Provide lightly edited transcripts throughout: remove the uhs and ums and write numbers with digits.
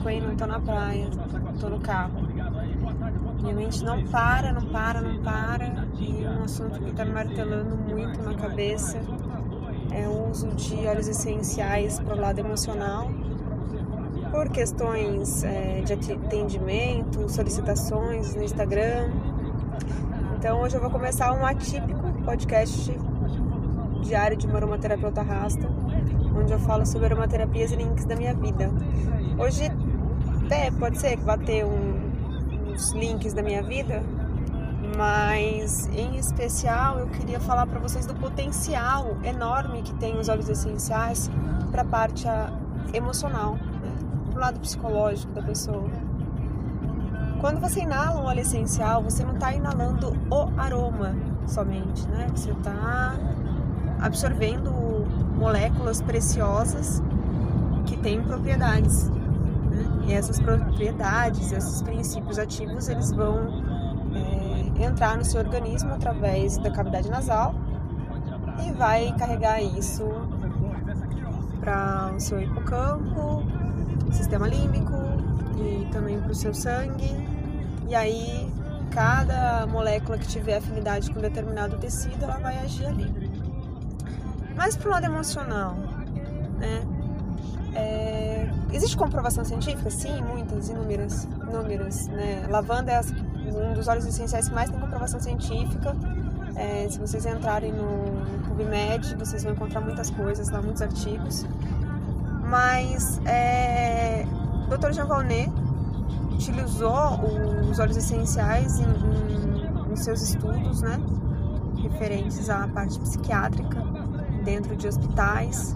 hein? Não tô na praia, tô no carro. Minha mente não para. E um assunto que tá me martelando muito na cabeça é o uso de óleos essenciais pro lado emocional. Por questões de atendimento, solicitações no Instagram. Então hoje eu vou começar um atípico podcast diário de uma aromaterapeuta rasta, onde eu falo sobre aromaterapias e links da minha vida. Hoje até pode ser que vá ter uns links da minha vida, mas em especial eu queria falar para vocês do potencial enorme que tem os óleos essenciais para a parte emocional, né? Pro lado psicológico da pessoa. Quando você inala um óleo essencial, você não está inalando o aroma somente, né? Você está absorvendo moléculas preciosas que têm propriedades, né? E essas propriedades, esses princípios ativos, eles vão entrar no seu organismo através da cavidade nasal e vai carregar isso para o seu hipocampo, sistema límbico e também para o seu sangue. E aí cada molécula que tiver afinidade com determinado tecido, ela vai agir ali. Mas pro lado emocional, né? Existe comprovação científica? Sim, muitas, inúmeras, né? Lavanda é um dos óleos essenciais que mais tem comprovação científica. Se vocês entrarem no PubMed, vocês vão encontrar muitas coisas lá, muitos artigos. Mas Dr. Jean Valnet utilizou os óleos essenciais em seus estudos, né? Referentes à parte psiquiátrica, dentro de hospitais,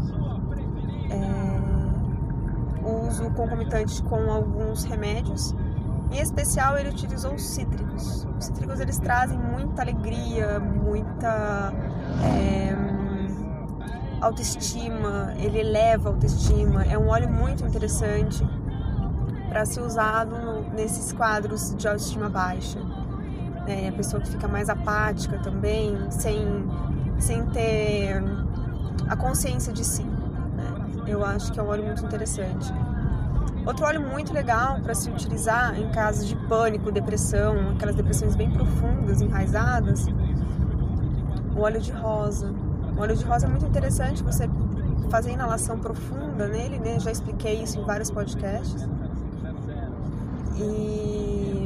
uso concomitante com alguns remédios. Em especial, ele utilizou os cítricos. Os cítricos, eles trazem muita alegria, muita autoestima, ele eleva a autoestima. É um óleo muito interessante para ser usado nesses quadros de autoestima baixa. A pessoa que fica mais apática também, sem ter a consciência de si, né? Eu acho que é um óleo muito interessante. Outro óleo muito legal para se utilizar em casos de pânico, depressão, aquelas depressões bem profundas, enraizadas, o óleo de rosa. O óleo de rosa é muito interessante você fazer inalação profunda nele, né? Já expliquei isso em vários podcasts. E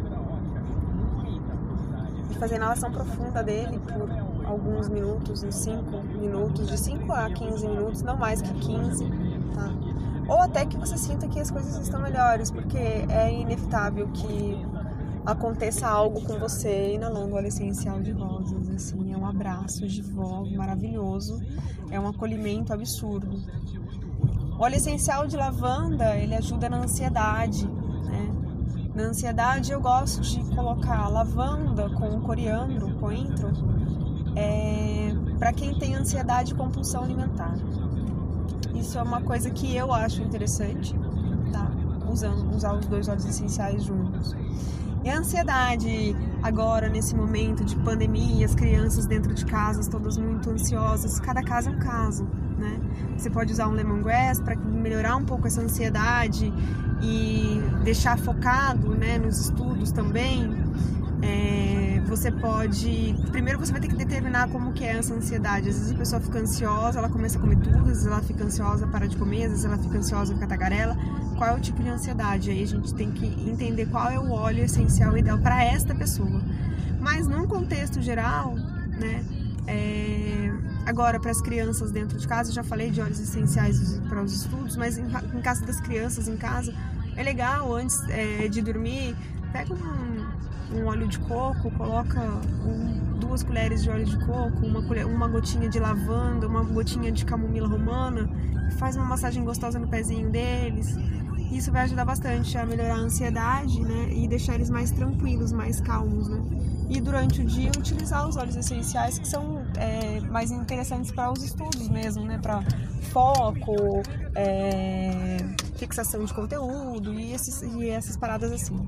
fazer inalação profunda dele por alguns minutos, uns 5 minutos, de 5 a 15 minutos, não mais que 15, tá? Ou até que você sinta que as coisas estão melhores, porque é inevitável que aconteça algo com você inalando óleo essencial de rosas, assim, é um abraço de vó maravilhoso, é um acolhimento absurdo. O óleo essencial de lavanda, ele ajuda na ansiedade, né? Na ansiedade eu gosto de colocar lavanda com coriandro, coentro, para quem tem ansiedade e compulsão alimentar. Isso é uma coisa que eu acho interessante, tá? Usar os dois óleos essenciais juntos. E a ansiedade, agora, nesse momento de pandemia, as crianças dentro de casas, todas muito ansiosas, cada caso é um caso, né? Você pode usar um lemongrass para melhorar um pouco essa ansiedade e deixar focado, né, nos estudos também. Você pode... Primeiro você vai ter que determinar como que é essa ansiedade. Às vezes a pessoa fica ansiosa, ela começa a comer tudo, às vezes ela fica ansiosa, para de comer, às vezes ela fica ansiosa, fica tagarela. Qual é o tipo de ansiedade? Aí a gente tem que entender qual é o óleo essencial ideal para esta pessoa. Mas num contexto geral, né, agora para as crianças dentro de casa, eu já falei de óleos essenciais para os estudos, mas em caso das crianças em casa, é legal antes de dormir, pega um óleo de coco, coloca 2 colheres de óleo de coco, uma gotinha de lavanda, uma gotinha de camomila romana, e faz uma massagem gostosa no pezinho deles. Isso vai ajudar bastante a melhorar a ansiedade, né, e deixar eles mais tranquilos, mais calmos, né. E durante o dia utilizar os óleos essenciais que são mais interessantes para os estudos mesmo, né, para foco, fixação de conteúdo e essas paradas assim.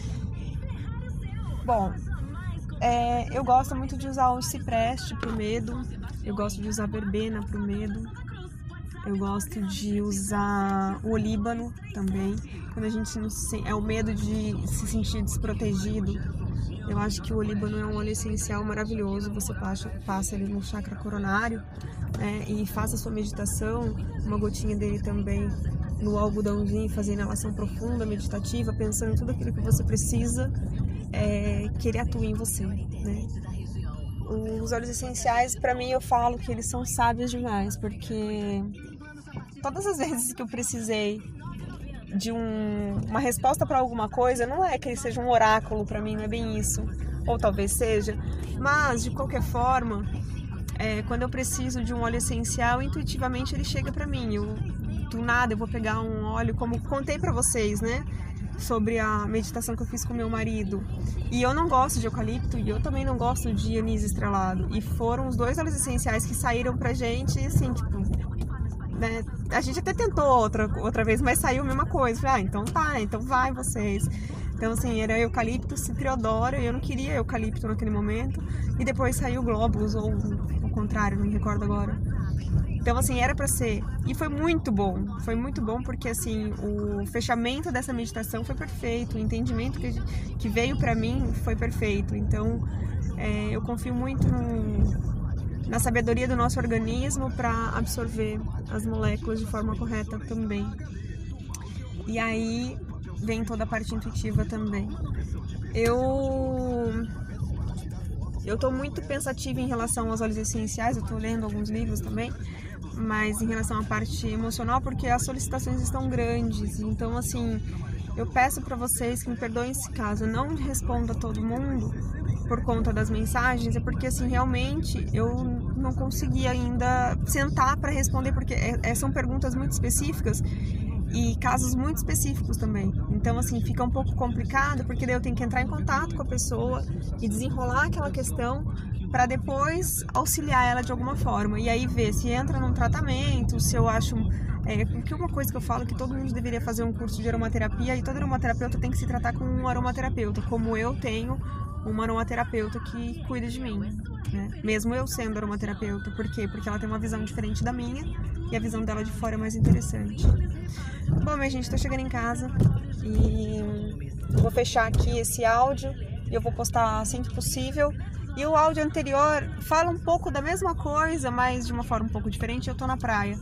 Bom, eu gosto muito de usar o cipreste pro medo, eu gosto de usar verbena pro medo, Eu gosto de usar o olíbano também, quando a gente não se, é o medo de se sentir desprotegido. Eu acho que o olíbano é um óleo essencial maravilhoso. Você passa ele no chakra coronário, né, e faça a sua meditação, uma gotinha dele também no algodãozinho, fazer inalação profunda, meditativa, pensando em tudo aquilo que você precisa que ele atue em você, né? Os óleos essenciais, para mim, eu falo que eles são sábios demais, porque todas as vezes que eu precisei de uma resposta para alguma coisa, não é que ele seja um oráculo para mim, não é bem isso, ou talvez seja, mas de qualquer forma, quando eu preciso de um óleo essencial, intuitivamente ele chega para mim. Do nada eu vou pegar um óleo, como contei para vocês, né, sobre a meditação que eu fiz com meu marido, e eu não gosto de eucalipto e eu também não gosto de anis estrelado, e foram os 2 óleos essenciais que saíram pra gente, assim, tipo, né, a gente até tentou outra vez, mas saiu a mesma coisa. Falei, então tá, então vai vocês. Então, assim, era eucalipto, citriodora, e eu não queria eucalipto naquele momento, e depois saiu glóbulos, ou o contrário, não me recordo agora. Então, assim, era pra ser. E foi muito bom porque, assim, o fechamento dessa meditação foi perfeito, o entendimento que veio pra mim foi perfeito. Então, eu confio muito na sabedoria do nosso organismo para absorver as moléculas de forma correta também. E aí vem toda a parte intuitiva também. Eu tô muito pensativa em relação aos óleos essenciais, eu tô lendo alguns livros também, mas em relação à parte emocional, porque as solicitações estão grandes. Então, assim, eu peço para vocês que me perdoem se caso eu não respondo a todo mundo por conta das mensagens, é porque, assim, realmente eu não consegui ainda sentar para responder, porque são perguntas muito específicas e casos muito específicos também. Então, assim, fica um pouco complicado, porque daí eu tenho que entrar em contato com a pessoa e desenrolar aquela questão para depois auxiliar ela de alguma forma. E aí ver se entra num tratamento, se eu acho... porque uma coisa que eu falo é que todo mundo deveria fazer um curso de aromaterapia, e todo aromaterapeuta tem que se tratar com um aromaterapeuta, como eu tenho uma aromaterapeuta que cuida de mim, né? Mesmo eu sendo aromaterapeuta. Por quê? Porque ela tem uma visão diferente da minha, e a visão dela de fora é mais interessante. Bom, minha gente, tô chegando em casa e vou fechar aqui esse áudio e eu vou postar assim que possível. E o áudio anterior fala um pouco da mesma coisa, mas de uma forma um pouco diferente. Eu tô na praia.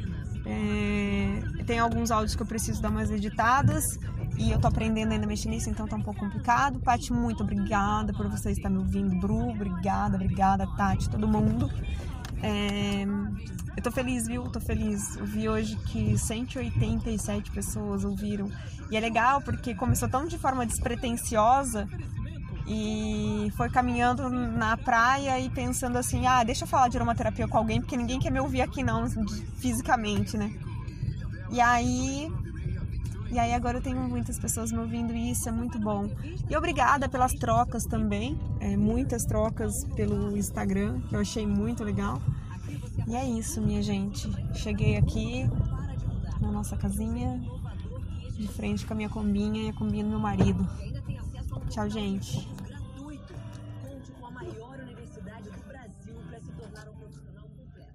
Tem alguns áudios que eu preciso dar umas editadas e eu tô aprendendo ainda a mexer nisso, então tá um pouco complicado. Paty, muito obrigada por você estar me ouvindo. Bru, obrigada, Tati, todo mundo. Eu tô feliz, viu? Tô feliz. Eu vi hoje que 187 pessoas ouviram. E é legal porque começou tão de forma despretensiosa e foi caminhando na praia e pensando assim, deixa eu falar de aromaterapia com alguém, porque ninguém quer me ouvir aqui não, fisicamente, né? E aí agora eu tenho muitas pessoas me ouvindo e isso é muito bom. E obrigada pelas trocas também, muitas trocas pelo Instagram, que eu achei muito legal. E é isso, minha gente. Cheguei aqui na nossa casinha, de frente com a minha combinha e a combinha do meu marido. Tchau, gente.